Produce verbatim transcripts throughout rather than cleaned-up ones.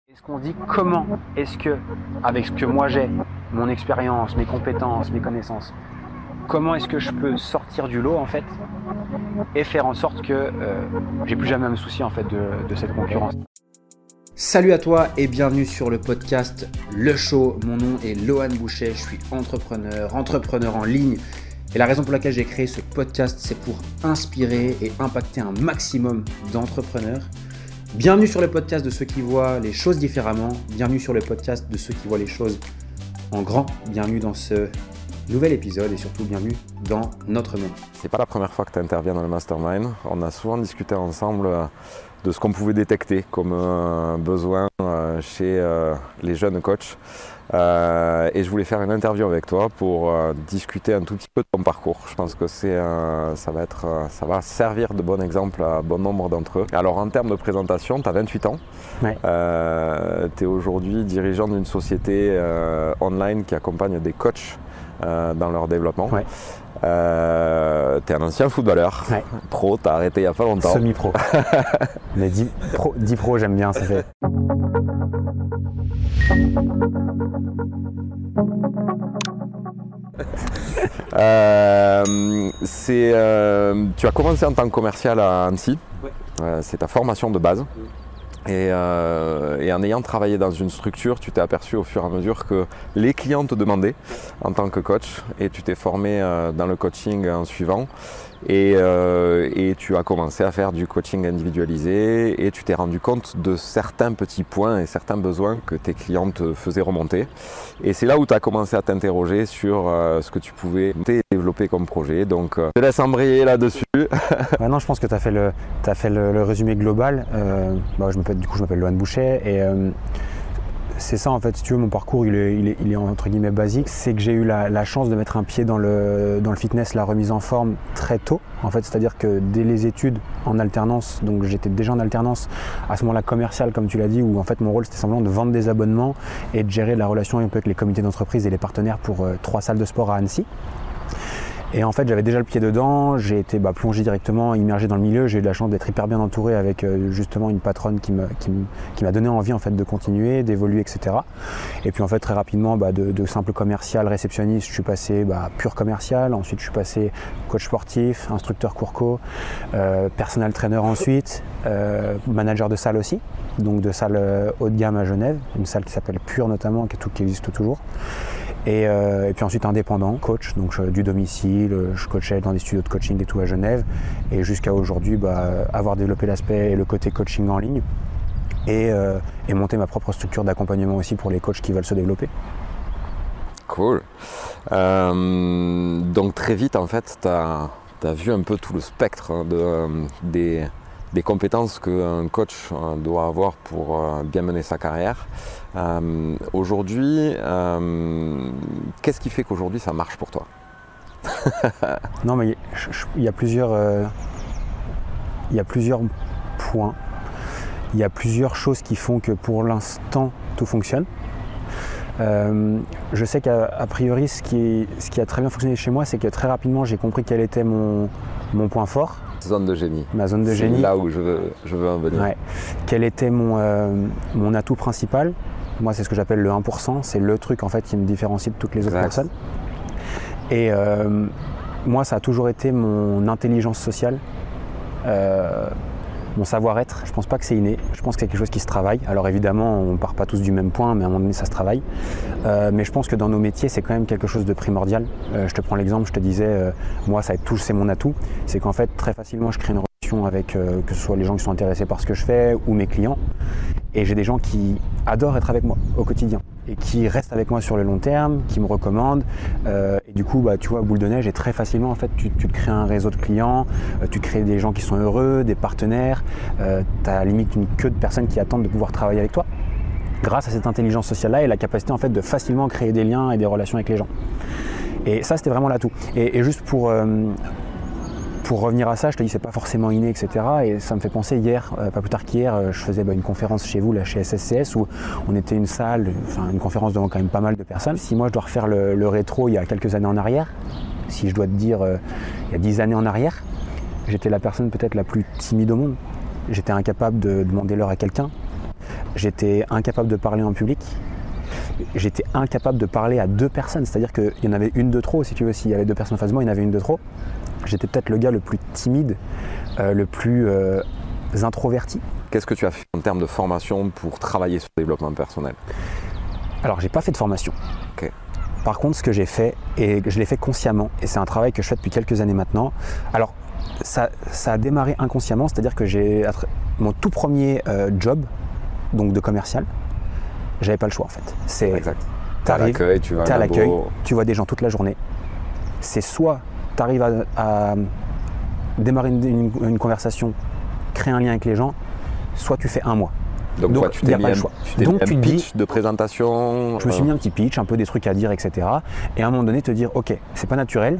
Est-ce qu'on dit comment est-ce que, avec ce que moi j'ai, mon expérience, mes compétences, mes connaissances, comment est-ce que je peux sortir du lot en fait et faire en sorte que euh, j'ai plus jamais à me soucier en fait de, de cette concurrence. Salut à toi et bienvenue sur le podcast Le Show. Mon nom est Lohan Boucher, je suis entrepreneur, entrepreneur en ligne. Et la raison pour laquelle j'ai créé ce podcast, c'est pour inspirer et impacter un maximum d'entrepreneurs. Bienvenue sur le podcast de ceux qui voient les choses différemment. Bienvenue sur le podcast de ceux qui voient les choses en grand. Bienvenue dans ce nouvel épisode et surtout bienvenue dans notre monde. C'est pas la première fois que tu interviens dans le Mastermind. On a souvent discuté ensemble de ce qu'on pouvait détecter comme euh, besoin euh, chez euh, les jeunes coachs. Euh, et je voulais faire une interview avec toi pour euh, discuter un tout petit peu de ton parcours. Je pense que c'est, euh, ça, va être, euh, ça va servir de bon exemple à bon nombre d'entre eux. Alors en termes de présentation, tu as vingt-huit ans. Ouais. Euh, tu es aujourd'hui dirigeant d'une société euh, online qui accompagne des coachs euh, dans leur développement. Ouais. Euh, tu es un ancien footballeur, ouais. Pro, tu as arrêté il n'y a pas longtemps. Semi-pro. Mais dix pro, dix pro, j'aime bien, ça fait. euh, c'est, euh, tu as commencé en tant que commercial à Annecy, ouais. euh, c'est ta formation de base. Et, euh, et en ayant travaillé dans une structure, tu t'es aperçu au fur et à mesure que les clients te demandaient en tant que coach et tu t'es formé euh, dans le coaching en suivant et, euh, et tu as commencé à faire du coaching individualisé et tu t'es rendu compte de certains petits points et certains besoins que tes clients te faisaient remonter. Et c'est là où tu as commencé à t'interroger sur euh, ce que tu pouvais développer comme projet. Donc euh, je te laisse embrayer là-dessus. Ouais, non, je pense que tu as fait le, t'as fait le, le résumé global. Euh, bah, je m'appelle, du coup, je m'appelle Lohan Boucher et euh, c'est ça en fait, si tu veux, mon parcours il est, il est, il est entre guillemets basique. C'est que j'ai eu la, la chance de mettre un pied dans le, dans le fitness, la remise en forme très tôt. En fait, c'est-à-dire que dès les études en alternance, donc j'étais déjà en alternance à ce moment-là commercial comme tu l'as dit, où en fait mon rôle c'était simplement de vendre des abonnements et de gérer la relation un peu avec les comités d'entreprise et les partenaires pour euh, trois salles de sport à Annecy. Et en fait, j'avais déjà le pied dedans, j'ai été bah, plongé directement, immergé dans le milieu. J'ai eu la chance d'être hyper bien entouré avec euh, justement une patronne qui, me, qui, me, qui m'a donné envie en fait, de continuer, d'évoluer, et cetera. Et puis en fait, très rapidement, bah, de, de simple commercial, réceptionniste, je suis passé bah, pur commercial. Ensuite, je suis passé coach sportif, instructeur courco, euh, personal trainer ensuite, euh, manager de salle aussi. Donc de salle euh, haut de gamme à Genève, une salle qui s'appelle Pure notamment, qui, qui existe toujours. Et, euh, et puis ensuite indépendant, coach, donc je, du domicile, je coachais dans des studios de coaching et tout à Genève. Et jusqu'à aujourd'hui, bah, avoir développé l'aspect et le côté coaching en ligne et, euh, et monter ma propre structure d'accompagnement aussi pour les coachs qui veulent se développer. Cool. Euh, donc très vite, en fait, tu as vu un peu tout le spectre de, euh, des, des compétences qu'un coach doit avoir pour euh, bien mener sa carrière. Euh, aujourd'hui, euh, qu'est-ce qui fait qu'aujourd'hui ça marche pour toi? Non, mais il y a plusieurs, euh, il y a plusieurs points. Il y a plusieurs choses qui font que pour l'instant tout fonctionne. Euh, je sais qu'a priori, ce qui, est, ce qui a très bien fonctionné chez moi, c'est que très rapidement j'ai compris quel était mon, mon point fort. Zone de génie. Ma zone de c'est génie. C'est là où je veux, je veux en venir. Ouais. Quel était mon, euh, mon atout principal? Moi, c'est ce que j'appelle le un pour cent. C'est le truc en fait qui me différencie de toutes les autres exact. personnes. Et euh, moi, ça a toujours été mon intelligence sociale, euh, mon savoir-être. Je pense pas que c'est inné. Je pense que c'est quelque chose qui se travaille. Alors évidemment, on part pas tous du même point, mais à un moment donné, ça se travaille. Euh, mais je pense que dans nos métiers, c'est quand même quelque chose de primordial. Euh, je te prends l'exemple. Je te disais, euh, moi, ça tout, c'est mon atout. C'est qu'en fait, très facilement, je crée une relation avec euh, que ce soit les gens qui sont intéressés par ce que je fais ou mes clients. Et j'ai des gens qui adorent être avec moi au quotidien et qui restent avec moi sur le long terme, qui me recommandent. Euh, et du coup, bah, tu vois, boule de neige, et très facilement, en fait, tu, tu te crées un réseau de clients, euh, tu crées des gens qui sont heureux, des partenaires. Euh, tu as limite une queue de personnes qui attendent de pouvoir travailler avec toi grâce à cette intelligence sociale-là et la capacité en fait, de facilement créer des liens et des relations avec les gens. Et ça, c'était vraiment l'atout. Et, et juste pour... Euh, Pour revenir à ça, je te dis c'est pas forcément inné, et cetera. Et ça me fait penser hier, euh, pas plus tard qu'hier, euh, je faisais bah, une conférence chez vous, là chez S S C S, où on était une salle, enfin une conférence devant quand même pas mal de personnes. Si moi je dois refaire le, le rétro il y a quelques années en arrière, si je dois te dire euh, il y a dix années en arrière, j'étais la personne peut-être la plus timide au monde. J'étais incapable de demander l'heure à quelqu'un. j'étais incapable de parler en public. J'étais incapable de parler à deux personnes, c'est-à-dire qu'il y en avait une de trop, si tu veux, s'il y avait deux personnes en face de moi, il y en avait une de trop. J'étais peut-être le gars le plus timide, euh, le plus euh, introverti. Qu'est-ce que tu as fait en termes de formation pour travailler sur le développement personnel? Alors, j'ai pas fait de formation. Okay. Par contre, ce que j'ai fait, et je l'ai fait consciemment, et c'est un travail que je fais depuis quelques années maintenant. Alors, ça, ça a démarré inconsciemment, c'est-à-dire que j'ai mon tout premier euh, job, donc de commercial, j'avais pas le choix en fait. C'est exact. Tu arrives, tu vas à l'accueil, tu vois des gens toute la journée. C'est soit tu arrives à, à démarrer une, une, une conversation, créer un lien avec les gens, soit tu fais un mois. Donc, Donc toi, tu t'es mis, pas un, le choix. tu t'es Donc mis tu un te pitch dis, de présentation. Je me suis mis un petit pitch, un peu des trucs à dire, et cetera. Et à un moment donné, te dire, ok, c'est pas naturel,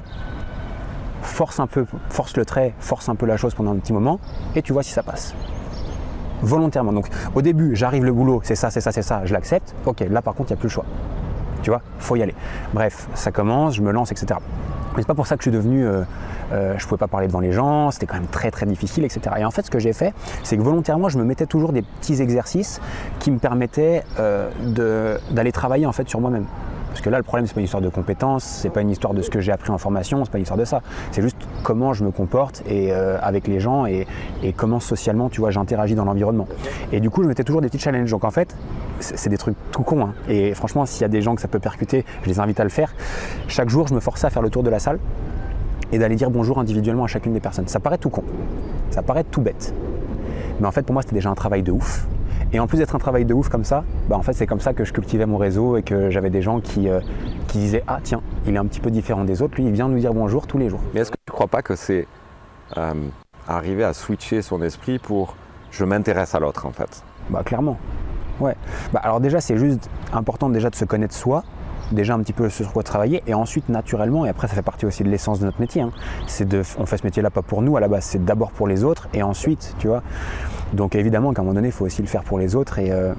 force un peu, force le trait, force un peu la chose pendant un petit moment, et tu vois si ça passe. Volontairement. Donc au début, j'arrive le boulot, c'est ça, c'est ça, c'est ça, je l'accepte. Ok, là par contre, il n'y a plus le choix. Tu vois, faut y aller. Bref, ça commence, je me lance, et cetera. Mais c'est pas pour ça que je suis devenu, euh, euh, je pouvais pas parler devant les gens, c'était quand même très très difficile, et cetera. Et en fait, ce que j'ai fait, c'est que volontairement, je me mettais toujours des petits exercices qui me permettaient euh, de, d'aller travailler en fait sur moi-même. Parce que là, le problème, c'est pas une histoire de compétences, c'est pas une histoire de ce que j'ai appris en formation, c'est pas une histoire de ça. C'est juste comment je me comporte et, euh, avec les gens et, et comment socialement, tu vois, j'interagis dans l'environnement. Et du coup, je mettais toujours des petits challenges. Donc en fait, c'est, c'est des trucs tout cons. Hein. Et franchement, s'il y a des gens que ça peut percuter, je les invite à le faire. Chaque jour, je me forçais à faire le tour de la salle et d'aller dire bonjour individuellement à chacune des personnes. Ça paraît tout con, ça paraît tout bête. Mais en fait, pour moi, c'était déjà un travail de ouf. Et en plus d'être un travail de ouf comme ça, bah en fait c'est comme ça que je cultivais mon réseau et que j'avais des gens qui, euh, qui disaient « Ah tiens, il est un petit peu différent des autres, lui il vient nous dire bonjour tous les jours. » Mais est-ce que tu ne crois pas que c'est euh, arriver à switcher son esprit pour « je m'intéresse à l'autre » en fait? Bah clairement, ouais. Bah, alors déjà c'est juste important déjà de se connaître soi, déjà un petit peu sur quoi travailler et ensuite naturellement, et après ça fait partie aussi de l'essence de notre métier, hein, c'est de, on fait ce métier là pas pour nous à la base, c'est d'abord pour les autres et ensuite, tu vois. Donc évidemment qu'à un moment donné, il faut aussi le faire pour les autres et, euh,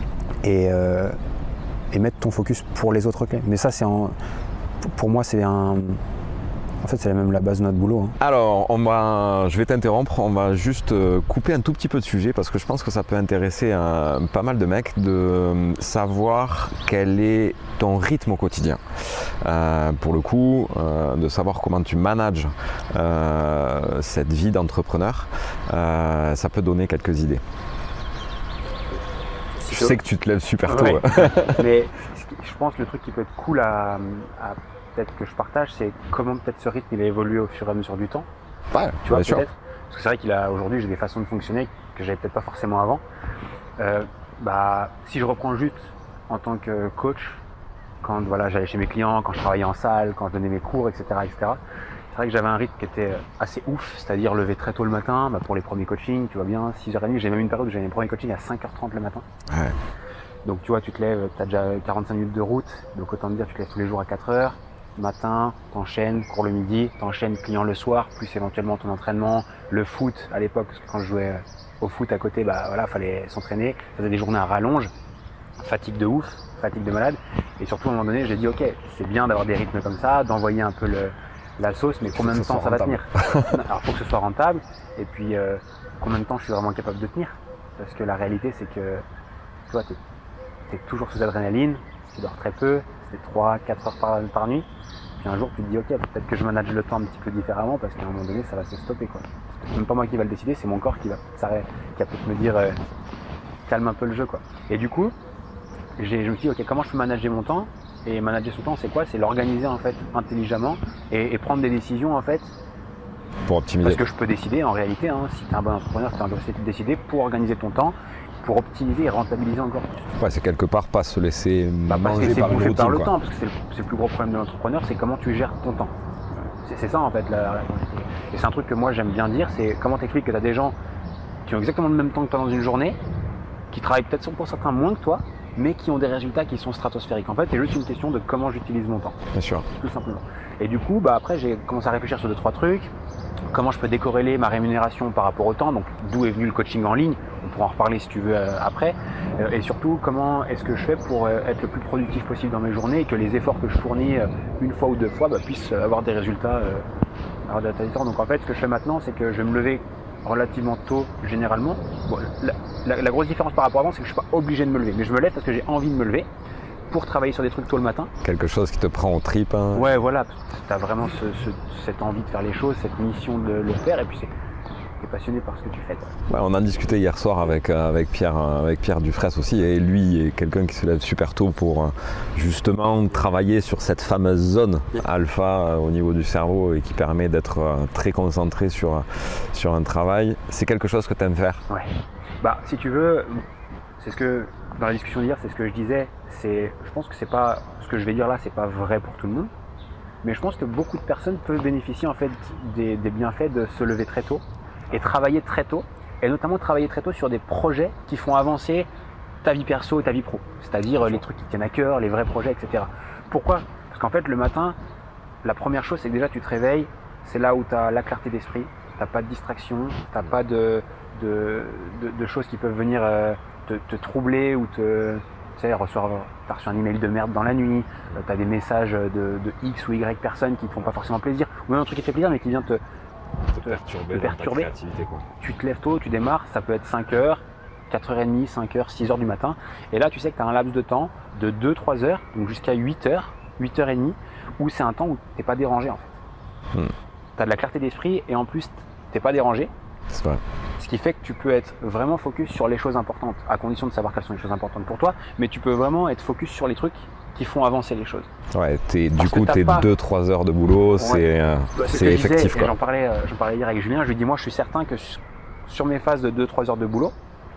et, euh, et mettre ton focus pour les autres clés. Mais ça, c'est en, pour moi, c'est un... En fait, c'est même la base de notre boulot. Hein. Alors, on va, je vais t'interrompre, on va juste couper un tout petit peu de sujet parce que je pense que ça peut intéresser un, pas mal de mecs de savoir quel est ton rythme au quotidien. Euh, pour le coup, euh, de savoir comment tu manages euh, cette vie d'entrepreneur, euh, ça peut donner quelques idées. Je sais que tu te lèves super tôt. Ouais. Mais je pense que le truc qui peut être cool à, à peut-être que je partage, c'est comment peut-être ce rythme il a évolué au fur et à mesure du temps. Ouais, tu vois, bien sûr. Parce que c'est vrai qu'il a aujourd'hui j'ai des façons de fonctionner que j'avais peut-être pas forcément avant. Euh, bah, si je reprends juste en tant que coach, quand voilà, j'allais chez mes clients, quand je travaillais en salle, quand je donnais mes cours, et cetera, et cetera. C'est vrai que j'avais un rythme qui était assez ouf, c'est-à-dire lever très tôt le matin, bah pour les premiers coachings, tu vois bien, six heures trente, j'ai même une période où j'avais mes premiers coachings à cinq heures trente le matin. Ouais. Donc tu vois, tu te lèves, tu as déjà quarante-cinq minutes de route, donc autant te dire tu te lèves tous les jours à quatre heures. Matin, t'enchaînes, cours le midi, t'enchaînes client le soir, plus éventuellement ton entraînement, le foot à l'époque, parce que quand je jouais au foot à côté, bah voilà, fallait s'entraîner, ça faisait des journées à rallonge, fatigue de ouf, fatigue de malade, et surtout à un moment donné, j'ai dit ok, c'est bien d'avoir des rythmes comme ça, d'envoyer un peu le, la sauce, mais combien de temps ça va tenir? Alors faut que ce soit rentable, et puis euh, combien de temps je suis vraiment capable de tenir? Parce que la réalité c'est que, tu vois, t'es, t'es toujours sous adrénaline, tu dors très peu, c'est trois à quatre heures par, par nuit. Puis un jour tu te dis ok, peut-être que je manage le temps un petit peu différemment parce qu'à un moment donné ça va se stopper quoi. C'est même pas moi qui va le décider, c'est mon corps qui va s'arrêter, qui va peut-être me dire euh, calme un peu le jeu quoi. Et du coup, j'ai, je me suis dit ok, comment je peux manager mon temps? Et manager son temps c'est quoi? C'est l'organiser en fait intelligemment et, et prendre des décisions en fait. Pour optimiser. Parce que je peux décider en réalité, hein, si tu es un bon entrepreneur, tu as décider pour organiser ton temps, pour optimiser et rentabiliser encore plus. Ouais, c'est quelque part pas se laisser bah, manger laisser par une routine, par le quoi. temps, parce que c'est le, c'est le plus gros problème de l'entrepreneur, c'est comment tu gères ton temps. C'est, c'est ça en fait. La, la, et c'est un truc que moi j'aime bien dire, c'est comment t'expliques que tu as des gens qui ont exactement le même temps que toi dans une journée, qui travaillent peut-être pour certains moins que toi, mais qui ont des résultats qui sont stratosphériques. En fait, c'est juste une question de comment j'utilise mon temps. Bien sûr. Tout simplement. Et du coup, bah, après, j'ai commencé à réfléchir sur deux, trois trucs. Comment je peux décorréler ma rémunération par rapport au temps, donc d'où est venu le coaching en ligne, on pourra en reparler si tu veux euh, après, euh, et surtout comment est-ce que je fais pour euh, être le plus productif possible dans mes journées et que les efforts que je fournis euh, une fois ou deux fois bah, puissent avoir des résultats, euh, avoir des résultats. Donc en fait ce que je fais maintenant c'est que je vais me lever relativement tôt généralement. Bon, la, la, la grosse différence par rapport à avant, c'est que je ne suis pas obligé de me lever, mais je me lève parce que j'ai envie de me lever pour travailler sur des trucs tôt le matin. Quelque chose qui te prend aux tripes. Hein. Ouais, voilà, tu as vraiment ce, ce, cette envie de faire les choses, cette mission de le faire, et puis c'est passionné par ce que tu fais. Ouais, on en discutait hier soir avec, avec, Pierre, avec Pierre Dufresne aussi, et lui est quelqu'un qui se lève super tôt pour justement travailler sur cette fameuse zone alpha au niveau du cerveau et qui permet d'être très concentré sur, sur un travail. C'est quelque chose que tu aimes faire? Ouais. Bah, si tu veux, c'est ce que dans la discussion d'hier, c'est ce que je disais. C'est, je pense que c'est pas ce que je vais dire là, c'est pas vrai pour tout le monde, mais je pense que beaucoup de personnes peuvent bénéficier en fait des, des bienfaits de se lever très tôt et travailler très tôt, et notamment travailler très tôt sur des projets qui font avancer ta vie perso et ta vie pro, c'est-à-dire les trucs qui tiennent à cœur, les vrais projets, et cetera. Pourquoi? Parce qu'en fait, le matin, la première chose, c'est que déjà tu te réveilles, c'est là où tu as la clarté d'esprit, tu n'as pas de distraction, tu n'as pas de, de, de, de choses qui peuvent venir euh, te, te troubler ou te... Tu sais, tu as reçu un email de merde dans la nuit, euh, tu as des messages de, de X ou Y personnes qui ne te font pas forcément plaisir, ou même un truc qui te fait plaisir mais qui vient te... te perturber, te perturber. Quoi. Tu te lèves tôt, tu démarres, ça peut être cinq heures, quatre heures trente, cinq heures, six heures du matin. Et là, tu sais que tu as un laps de temps de deux trois heures, donc jusqu'à huit heures, huit heures trente, où c'est un temps où tu n'es pas dérangé en fait. Hmm. Tu as de la clarté d'esprit et en plus, tu n'es pas dérangé. C'est vrai. Ce qui fait que tu peux être vraiment focus sur les choses importantes, à condition de savoir quelles sont les choses importantes pour toi, mais tu peux vraiment être focus sur les trucs qui font avancer les choses. Ouais, t'es, du coup, tes pas... deux trois heures de boulot, ouais. c'est, euh, bah, c'est, c'est effectif. Disais, j'en, parlais, euh, j'en parlais hier avec Julien, je lui dis moi je suis certain que sur mes phases de deux trois heures de boulot,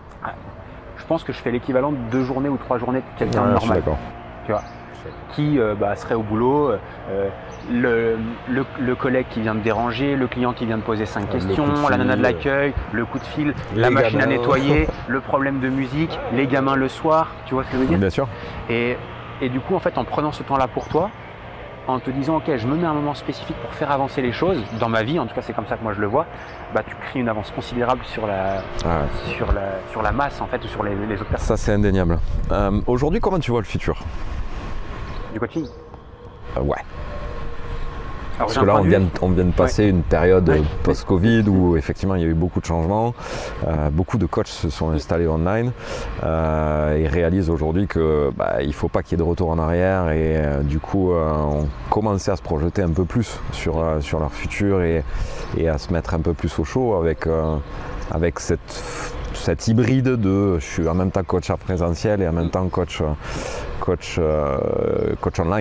je pense que je fais l'équivalent de deux journées ou trois journées de quelqu'un ouais, de normal. Je suis d'accord. Tu vois, qui euh, bah, serait au boulot, euh, le, le, le collègue qui vient de déranger, le client qui vient de poser cinq euh, questions, la nana de l'accueil, le coup de fil, la machine gamins. à nettoyer, le problème de musique, les gamins le soir, tu vois ce que je veux dire? Bien sûr. Et, et du coup, en fait, en prenant ce temps-là pour toi, en te disant ok, je me mets un moment spécifique pour faire avancer les choses, dans ma vie, en tout cas c'est comme ça que moi je le vois, bah, tu crées une avance considérable sur la, ah ouais. sur la, sur la masse en fait, ou sur les, les autres personnes. Ça c'est indéniable. Euh, aujourd'hui, comment tu vois le futur? Du coaching euh, Ouais. Alors, Parce que là, on vient, de, on vient de passer ouais. une période ouais. post-Covid où effectivement il y a eu beaucoup de changements. Euh, beaucoup de coachs se sont installés online euh, et réalisent aujourd'hui qu'il bah, ne faut pas qu'il y ait de retour en arrière. Et euh, du coup, euh, on commençait à se projeter un peu plus sur, euh, sur leur futur et, et à se mettre un peu plus au chaud avec, euh, avec cette, cette hybride de je suis en même temps coach à présentiel et en même temps coach, coach, euh, coach online.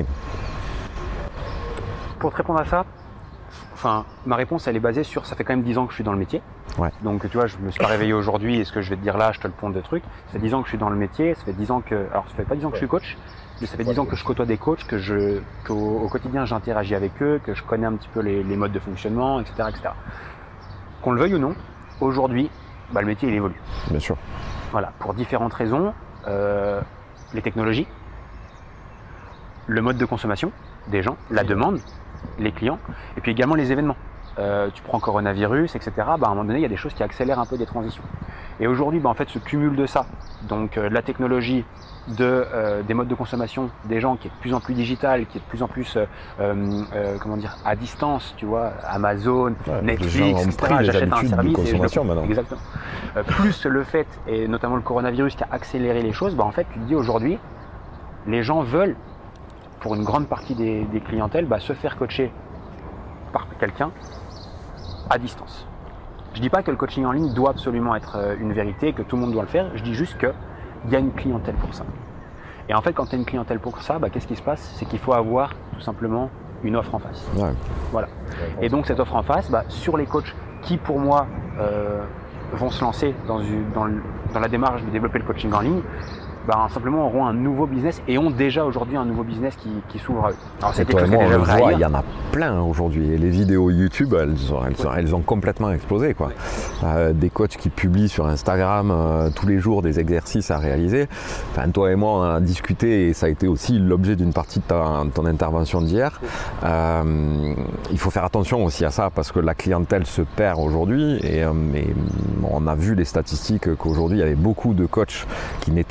Pour te répondre à ça, enfin, ma réponse elle est basée sur ça fait quand même dix ans que je suis dans le métier. Ouais. Donc tu vois, je me suis pas réveillé aujourd'hui et ce que je vais te dire là, je te le ponds de trucs. Ça fait dix ans que je suis dans le métier, ça fait dix ans que. Alors ça fait pas dix ans que je suis coach, mais ça fait dix ans que je côtoie des coachs, que je qu'au au quotidien j'interagis avec eux, que je connais un petit peu les, les modes de fonctionnement, et cetera, et cetera. Qu'on le veuille ou non, aujourd'hui, bah, le métier il évolue. Bien sûr. Voilà, pour différentes raisons. Euh, les technologies, le mode de consommation des gens, la demande, les clients, et puis également les événements. Euh, tu prends coronavirus, et cetera. Bah, à un moment donné, il y a des choses qui accélèrent un peu des transitions. Et aujourd'hui, bah, en fait, ce cumul de ça, donc euh, de la technologie, de, euh, des modes de consommation, des gens qui est de plus en plus digital, qui est de plus en plus, euh, euh, comment dire, à distance, tu vois, Amazon, ouais, Netflix, et cetera. J'achète un service et je le... Exactement. Euh, plus le fait, et notamment le coronavirus qui a accéléré les choses, bah, en fait, tu te dis aujourd'hui, les gens veulent, pour une grande partie des, des clientèles, bah, se faire coacher par quelqu'un à distance. Je ne dis pas que le coaching en ligne doit absolument être une vérité, que tout le monde doit le faire, je dis juste qu'il y a une clientèle pour ça. Et en fait, quand tu as une clientèle pour ça, bah, qu'est-ce qui se passe? C'est qu'il faut avoir tout simplement une offre en face. Ouais. Voilà. Et donc cette offre en face, bah, sur les coachs qui pour moi euh, vont se lancer dans, une, dans, le, dans la démarche de développer le coaching en ligne, bah, simplement auront un nouveau business et ont déjà aujourd'hui un nouveau business qui, qui s'ouvre à eux. Alors c'est quelque chose qui est déjà vrai. Il y en a plein aujourd'hui. Et les vidéos YouTube, elles ont, elles ont, elles ont complètement explosé, quoi. Euh, des coachs qui publient sur Instagram euh, tous les jours des exercices à réaliser. Enfin, toi et moi, on en a discuté et ça a été aussi l'objet d'une partie de ta, ton intervention d'hier. Euh, il faut faire attention aussi à ça parce que la clientèle se perd aujourd'hui et, euh, et on a vu les statistiques qu'aujourd'hui, il y avait beaucoup de coachs qui n'étaient pas diplômés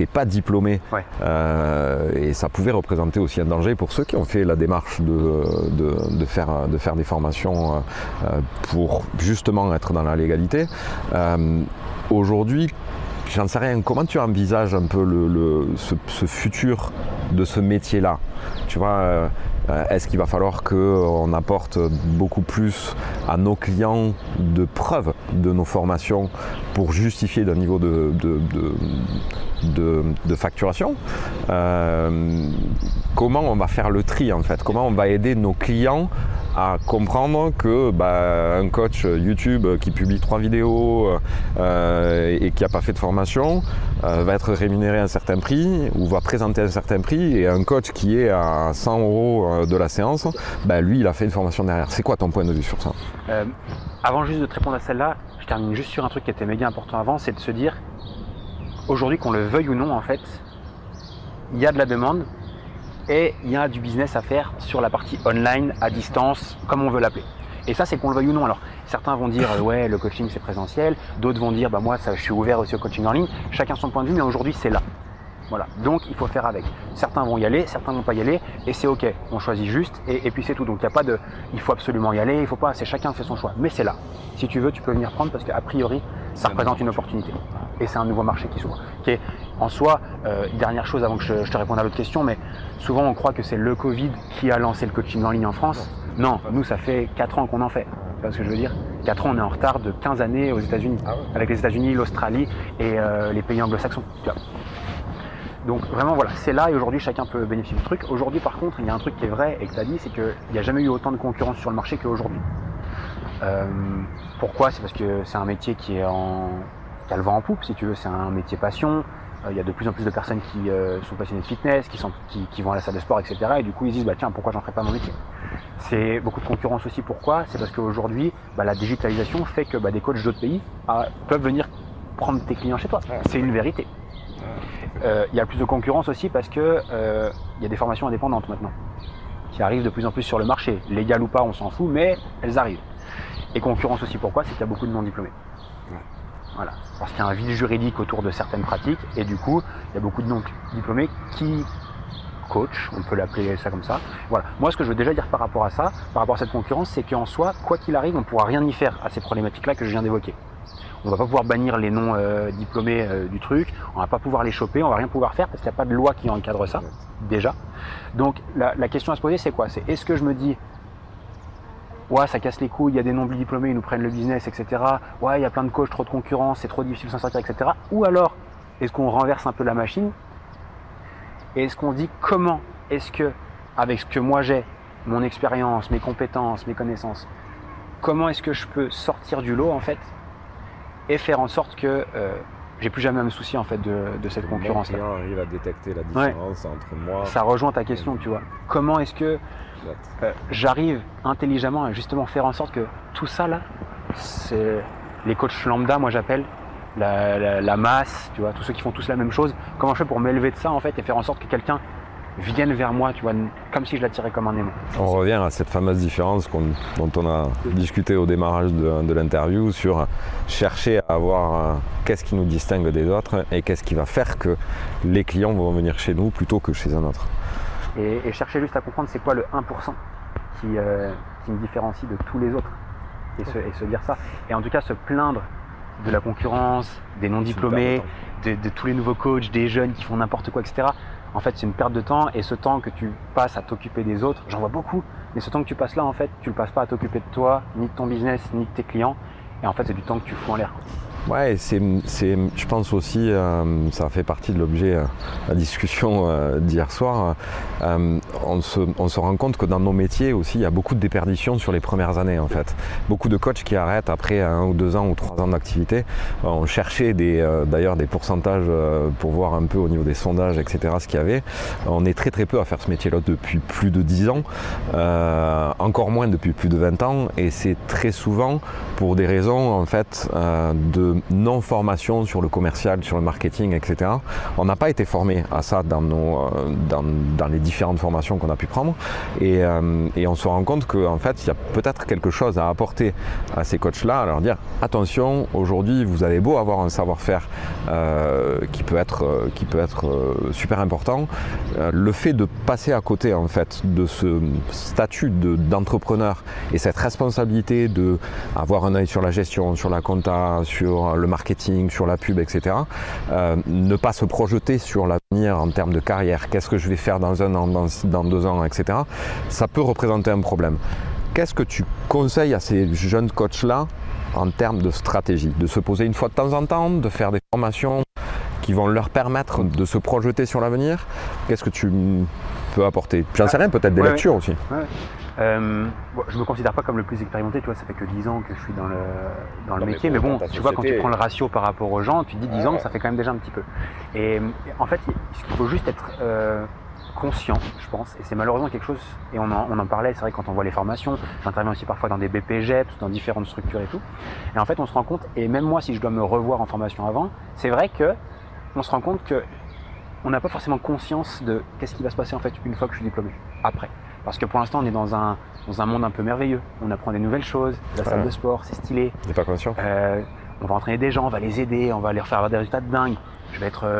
diplômés Ouais. euh, et ça pouvait représenter aussi un danger pour ceux qui ont fait la démarche de, de, de, faire, de faire des formations euh, pour justement être dans la légalité. Euh, aujourd'hui, j'en sais rien, comment tu envisages un peu le, le, ce, ce futur de ce métier-là? Tu vois, euh, est-ce qu'il va falloir qu'on apporte beaucoup plus à nos clients de preuves de nos formations pour justifier d'un niveau de, de, de, de, de facturation? euh, Comment on va faire le tri en fait? Comment on va aider nos clients à comprendre que bah, un coach YouTube qui publie trois vidéos euh, et qui n'a pas fait de formation euh, va être rémunéré à un certain prix ou va présenter un certain prix, et un coach qui est à cent euros de la séance, bah, lui il a fait une formation derrière. C'est quoi ton point de vue sur ça? euh, Avant juste de te répondre à celle-là, je termine juste sur un truc qui était méga important avant, c'est de se dire aujourd'hui, qu'on le veuille ou non, en fait, il y a de la demande. Et il y a du business à faire sur la partie online, à distance, comme on veut l'appeler. Et ça, c'est qu'on le veuille ou non. Alors, certains vont dire, euh, ouais, le coaching, c'est présentiel. D'autres vont dire, bah moi, ça, je suis ouvert aussi au coaching en ligne. Chacun son point de vue, mais aujourd'hui, c'est là. Voilà. Donc, il faut faire avec. Certains vont y aller, certains vont pas y aller. Et c'est OK. On choisit juste. Et, et puis, c'est tout. Donc, il n'y a pas de, il faut absolument y aller. Il faut pas, c'est chacun fait son choix. Mais c'est là. Si tu veux, tu peux venir prendre parce qu'a priori, ça représente une opportunité. Et c'est un nouveau marché qui s'ouvre. Okay. En soi, euh, dernière chose avant que je, je te réponde à l'autre question, mais souvent on croit que c'est le Covid qui a lancé le coaching en ligne en France. Non, nous ça fait quatre ans qu'on en fait. Tu vois ce que je veux dire? quatre ans, on est en retard de quinze années aux États-Unis, ah ouais. Avec les États-Unis, l'Australie et euh, les pays anglo-saxons. Donc vraiment voilà, c'est là et aujourd'hui chacun peut bénéficier du truc. Aujourd'hui par contre, il y a un truc qui est vrai et que tu as dit, c'est qu'il n'y a jamais eu autant de concurrence sur le marché qu'aujourd'hui. Euh, pourquoi? C'est parce que c'est un métier qui est en... qui a le vent en poupe, si tu veux, c'est un métier passion. Euh, il y a de plus en plus de personnes qui euh, sont passionnées de fitness, qui, sont, qui, qui vont à la salle de sport, et cetera. Et du coup, ils se disent, bah, tiens, pourquoi j'en ferais pas mon métier? C'est beaucoup de concurrence aussi. Pourquoi? C'est parce qu'aujourd'hui, bah, la digitalisation fait que bah, des coachs d'autres pays ah, peuvent venir prendre tes clients chez toi. C'est une vérité. Euh, il y a plus de concurrence aussi parce que euh, il y a des formations indépendantes maintenant qui arrivent de plus en plus sur le marché. Légales ou pas, on s'en fout, mais elles arrivent. Et concurrence aussi, pourquoi? C'est qu'il y a beaucoup de non-diplômés. Voilà. Parce qu'il y a un vide juridique autour de certaines pratiques et du coup, il y a beaucoup de non-diplômés qui coachent, on peut l'appeler ça comme ça. Voilà. Moi, ce que je veux déjà dire par rapport à ça, par rapport à cette concurrence, c'est qu'en soi, quoi qu'il arrive, on ne pourra rien y faire à ces problématiques-là que je viens d'évoquer. On ne va pas pouvoir bannir les non-diplômés euh, du truc, on ne va pas pouvoir les choper, on ne va rien pouvoir faire parce qu'il n'y a pas de loi qui encadre ça, déjà. Donc, la, la question à se poser, c'est quoi? C'est est-ce que je me dis, ouais, ça casse les couilles, il y a des non-diplômés, ils nous prennent le business, et cetera. Ouais, il y a plein de coachs, trop de concurrence, c'est trop difficile de s'en sortir, et cetera. Ou alors, est-ce qu'on renverse un peu la machine? Et est-ce qu'on se dit comment est-ce que, avec ce que moi j'ai, mon expérience, mes compétences, mes connaissances, comment est-ce que je peux sortir du lot en fait et faire en sorte que euh, j'ai plus jamais à me soucier en fait de, de cette concurrence là. Mon client arrive à détecter la différence ouais. entre moi. Ça rejoint ta question, tu vois. Comment est-ce que euh, j'arrive intelligemment à justement faire en sorte que tout ça là, c'est les coachs lambda, moi j'appelle la, la, la masse, tu vois, tous ceux qui font tous la même chose. Comment je fais pour m'élever de ça en fait et faire en sorte que quelqu'un vienne vers moi, tu vois, comme si je l'attirais comme un aimant. On revient à cette fameuse différence qu'on, dont on a discuté au démarrage de, de l'interview sur chercher à avoir euh, qu'est-ce qui nous distingue des autres et qu'est-ce qui va faire que les clients vont venir chez nous plutôt que chez un autre. Et, et chercher juste à comprendre c'est quoi le un pour cent qui, euh, qui me différencie de tous les autres et se, et se dire ça. Et en tout cas se plaindre de la concurrence, des non-diplômés, de, de tous les nouveaux coachs, des jeunes qui font n'importe quoi, et cetera. En fait, c'est une perte de temps et ce temps que tu passes à t'occuper des autres, j'en vois beaucoup, mais ce temps que tu passes là, en fait, tu le passes pas à t'occuper de toi, ni de ton business, ni de tes clients. Et en fait, c'est du temps que tu fous en l'air. Ouais, c'est, c'est, je pense aussi, euh, ça fait partie de l'objet de euh, la discussion euh, d'hier soir. Euh, on, se, on se rend compte que dans nos métiers aussi, il y a beaucoup de déperditions sur les premières années en fait. Beaucoup de coachs qui arrêtent après un ou deux ans ou trois ans d'activité. On cherchait des, euh, d'ailleurs des pourcentages euh, pour voir un peu au niveau des sondages, et cetera ce qu'il y avait. On est très très peu à faire ce métier-là depuis plus de dix ans, euh, encore moins depuis plus de vingt ans, et c'est très souvent pour des raisons en fait euh, de de non-formation sur le commercial, sur le marketing, et cetera. On n'a pas été formé à ça dans, nos, dans, dans les différentes formations qu'on a pu prendre. Et, euh, et on se rend compte qu'en fait, il y a peut-être quelque chose à apporter à ces coachs-là, à leur dire attention, aujourd'hui, vous avez beau avoir un savoir-faire euh, qui peut être, euh, qui peut être euh, super important, euh, le fait de passer à côté en fait de ce statut de, d'entrepreneur et cette responsabilité de avoir un œil sur la gestion, sur la compta, sur le marketing, sur la pub, et cetera. Euh, ne pas se projeter sur l'avenir en termes de carrière, qu'est-ce que je vais faire dans un an, dans, dans deux ans, et cetera. Ça peut représenter un problème. Qu'est-ce que tu conseilles à ces jeunes coachs-là en termes de stratégie? De se poser une fois de temps en temps, de faire des formations qui vont leur permettre de se projeter sur l'avenir? Qu'est-ce que tu peux apporter? J'en sais rien, peut-être des ouais, lectures ouais. aussi. Ouais. Euh, bon, je me considère pas comme le plus expérimenté, tu vois, ça fait que dix ans que je suis dans le, dans le non, métier, mais, mais bon, tu vois, quand tu prends le ratio par rapport aux gens, tu te dis dix ouais, ans, ouais. ça fait quand même déjà un petit peu. Et en fait, il faut juste être euh, conscient, je pense, et c'est malheureusement quelque chose, et on en, on en parlait, c'est vrai, quand on voit les formations, j'interviens aussi parfois dans des B P G E P S, dans différentes structures et tout, et en fait, on se rend compte, et même moi, si je dois me revoir en formation avant, c'est vrai que on se rend compte que on n'a pas forcément conscience de qu'est-ce qui va se passer en fait une fois que je suis diplômé, après. Parce que pour l'instant, on est dans un, dans un monde un peu merveilleux. On apprend des nouvelles choses, la ouais. salle de sport, c'est stylé. On n'est pas conscient. Euh, on va entraîner des gens, on va les aider, on va leur faire avoir des résultats de dingue. Je vais être euh,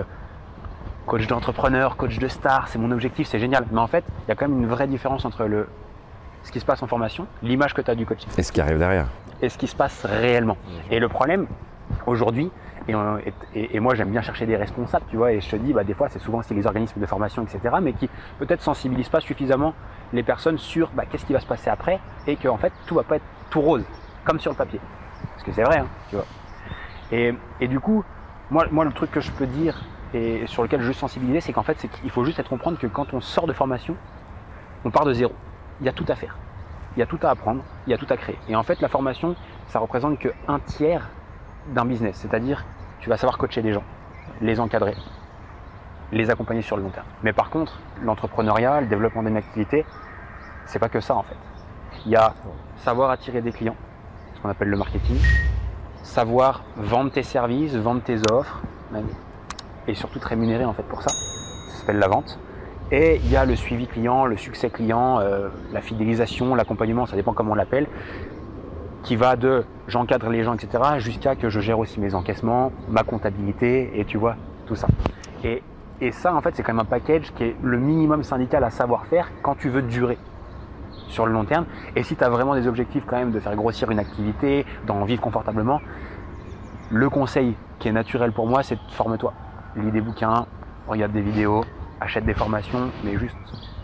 coach d'entrepreneur, coach de star, c'est mon objectif, c'est génial. Mais en fait, il y a quand même une vraie différence entre le, ce qui se passe en formation, l'image que tu as du coaching. Et ce qui arrive derrière. Et ce qui se passe réellement. Et le problème, aujourd'hui, Et, et, et moi j'aime bien chercher des responsables, tu vois, et je te dis, bah, des fois c'est souvent c'est les organismes de formation, et cetera, mais qui peut-être sensibilisent pas suffisamment les personnes sur bah, qu'est-ce qui va se passer après, et qu'en fait tout va pas être tout rose, comme sur le papier. Parce que c'est vrai, hein, tu vois. Et, et du coup, moi, moi le truc que je peux dire, et sur lequel je veux sensibiliser, c'est qu'en fait c'est qu'il faut juste être comprendre que quand on sort de formation, on part de zéro. Il y a tout à faire, il y a tout à apprendre, il y a tout à créer. Et en fait la formation, ça représente que un tiers d'un business, c'est-à-dire tu vas savoir coacher des gens, les encadrer, les accompagner sur le long terme. Mais par contre, l'entrepreneuriat, le développement d'une activité, c'est pas que ça en fait. Il y a savoir attirer des clients, ce qu'on appelle le marketing, savoir vendre tes services, vendre tes offres, et surtout te rémunérer en fait pour ça. Ça s'appelle la vente. Et il y a le suivi client, le succès client, euh, la fidélisation, l'accompagnement, ça dépend comment on l'appelle, qui va de j'encadre les gens, et cetera, jusqu'à que je gère aussi mes encaissements, ma comptabilité, et tu vois, tout ça. Et, et ça, en fait, c'est quand même un package qui est le minimum syndical à savoir faire quand tu veux durer sur le long terme. Et si tu as vraiment des objectifs quand même de faire grossir une activité, d'en vivre confortablement, le conseil qui est naturel pour moi, c'est forme-toi. Lis des bouquins, regarde des vidéos, achète des formations, mais juste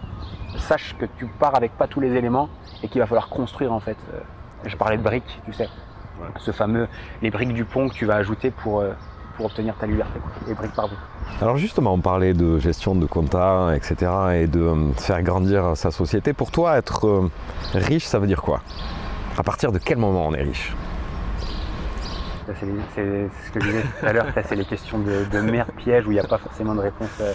sache que tu pars avec pas tous les éléments et qu'il va falloir construire en fait. Je parlais de briques, tu sais, ouais. ce fameux, les briques du pont que tu vas ajouter pour, euh, pour obtenir ta liberté, quoi. Les briques par bout. Alors justement, on parlait de gestion de compta, et cetera, et de euh, faire grandir sa société. Pour toi, être euh, riche, ça veut dire quoi? À partir de quel moment on est riche? C'est, c'est, c'est ce que je disais tout à l'heure, c'est les questions de, de merde piège où il n'y a pas forcément de réponse. Euh...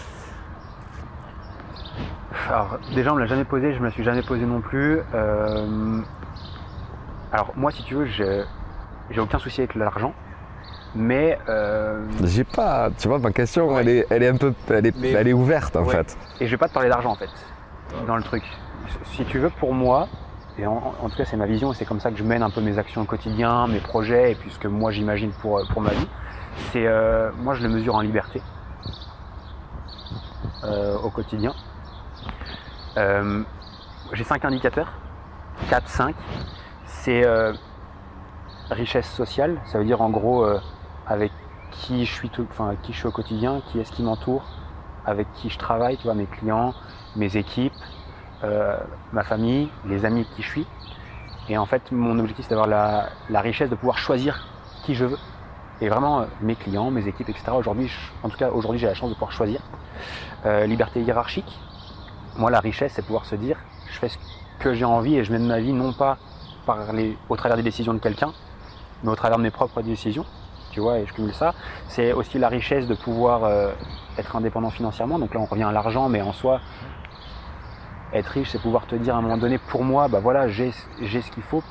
Alors déjà, on ne me l'a jamais posé, je ne me la suis jamais posé non plus. Euh... Alors moi, si tu veux, j'ai, j'ai aucun souci avec l'argent, mais euh... j'ai pas. Tu vois, ma question, ouais. elle est, elle est un peu, elle est, mais, elle est ouverte en ouais. fait. Et je vais pas te parler d'argent en fait, dans le truc. Si tu veux, pour moi, et en, en tout cas c'est ma vision, et c'est comme ça que je mène un peu mes actions au quotidien, mes projets, et puis ce que moi j'imagine pour pour ma vie, c'est euh, moi je le mesure en liberté euh, au quotidien. Euh, j'ai cinq indicateurs, quatre, cinq. C'est euh, richesse sociale, ça veut dire en gros euh, avec qui je suis tout, enfin qui je suis au quotidien, qui est-ce qui m'entoure, avec qui je travaille, tu vois, mes clients, mes équipes, euh, ma famille, les amis avec qui je suis. Et en fait, mon objectif c'est d'avoir la, la richesse de pouvoir choisir qui je veux. Et vraiment euh, mes clients, mes équipes, et cetera. Aujourd'hui, je, en tout cas aujourd'hui j'ai la chance de pouvoir choisir. Euh, liberté hiérarchique. Moi, la richesse, c'est pouvoir se dire, je fais ce que j'ai envie et je mène ma vie non pas par les, au travers des décisions de quelqu'un, mais au travers de mes propres décisions, tu vois, et je cumule ça. C'est aussi la richesse de pouvoir euh, être indépendant financièrement, donc là on revient à l'argent, mais en soi, être riche, c'est pouvoir te dire à un moment donné, pour moi, bah voilà, j'ai, j'ai ce qu'il faut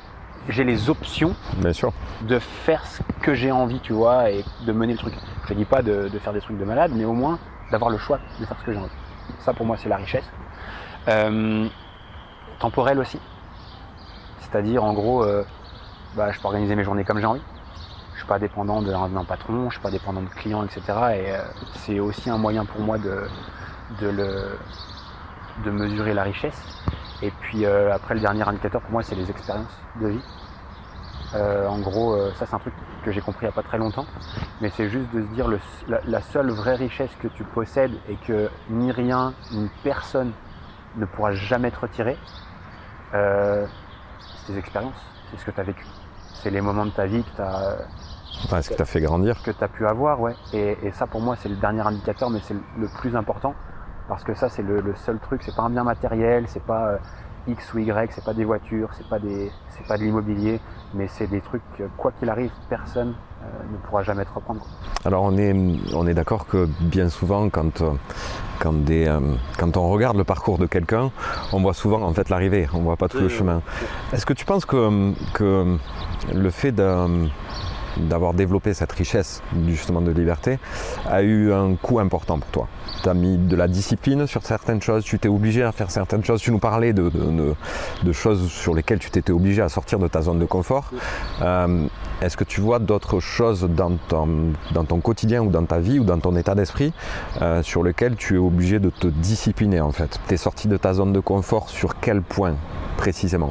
j'ai les options Bien sûr. de faire ce que j'ai envie, tu vois, et de mener le truc. Je te dis pas de, de faire des trucs de malade, mais au moins d'avoir le choix de faire ce que j'ai envie. Ça, pour moi, c'est la richesse. Euh, temporelle aussi. C'est-à-dire, en gros, euh, bah, je peux organiser mes journées comme j'ai envie. Je suis pas dépendant d'un, d'un patron, je suis pas dépendant de clients, et cetera. Et euh, c'est aussi un moyen pour moi de, de, le, de mesurer la richesse. Et puis euh, après, le dernier indicateur pour moi, c'est les expériences de vie. Euh, en gros, euh, ça c'est un truc que j'ai compris il n'y a pas très longtemps, mais c'est juste de se dire le, la, la seule vraie richesse que tu possèdes et que ni rien, ni personne ne pourra jamais te retirer, euh, c'est tes expériences, c'est ce que tu as vécu. C'est les moments de ta vie que tu as... Enfin, ce qui t'a fait grandir. Que tu as pu avoir, ouais. Et, et ça pour moi c'est le dernier indicateur, mais c'est le, le plus important, parce que ça c'est le, le seul truc, c'est pas un bien matériel, c'est pas... Euh, X ou Y, c'est pas des voitures, c'est pas des, c'est pas de l'immobilier, mais c'est des trucs que, quoi qu'il arrive, personne euh, ne pourra jamais te reprendre. Alors on est, on est d'accord que bien souvent, quand, quand, des, euh, quand on regarde le parcours de quelqu'un, on voit souvent en fait l'arrivée, on voit pas tout le chemin. Est-ce que tu penses que, que le fait de, d'avoir développé cette richesse justement de liberté a eu un coût important pour toi? Tu as mis de la discipline sur certaines choses, tu t'es obligé à faire certaines choses, tu nous parlais de, de, de, de choses sur lesquelles tu t'étais obligé à sortir de ta zone de confort. Euh, est-ce que tu vois d'autres choses dans ton, dans ton quotidien ou dans ta vie ou dans ton état d'esprit euh, sur lesquelles tu es obligé de te discipliner en fait? Tu es sorti de ta zone de confort sur quel point précisément?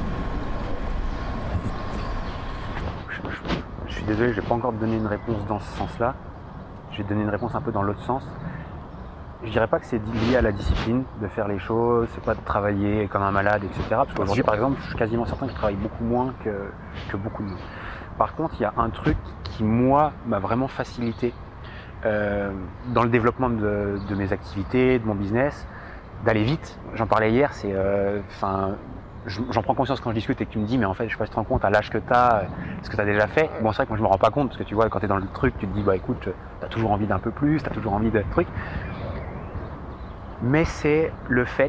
Je suis désolé, je n'ai pas encore donné une réponse dans ce sens-là. Je vais te donner une réponse un peu dans l'autre sens. Je dirais pas que c'est lié à la discipline de faire les choses, c'est pas de travailler comme un malade, et cetera. Parce qu'aujourd'hui, par exemple, je suis quasiment certain que je travaille beaucoup moins que, que beaucoup de monde. Par contre, il y a un truc qui, moi, m'a vraiment facilité euh, dans le développement de, de mes activités, de mon business, d'aller vite. J'en parlais hier, c'est... Euh, j'en prends conscience quand je discute et que tu me dis, mais en fait, je sais pas si tu te rends compte à l'âge que tu as, ce que tu as déjà fait. Bon, c'est vrai que moi, je me rends pas compte, parce que tu vois, quand tu es dans le truc, tu te dis, bah écoute, tu as toujours envie d'un peu plus, tu as toujours envie de trucs. Mais c'est le fait,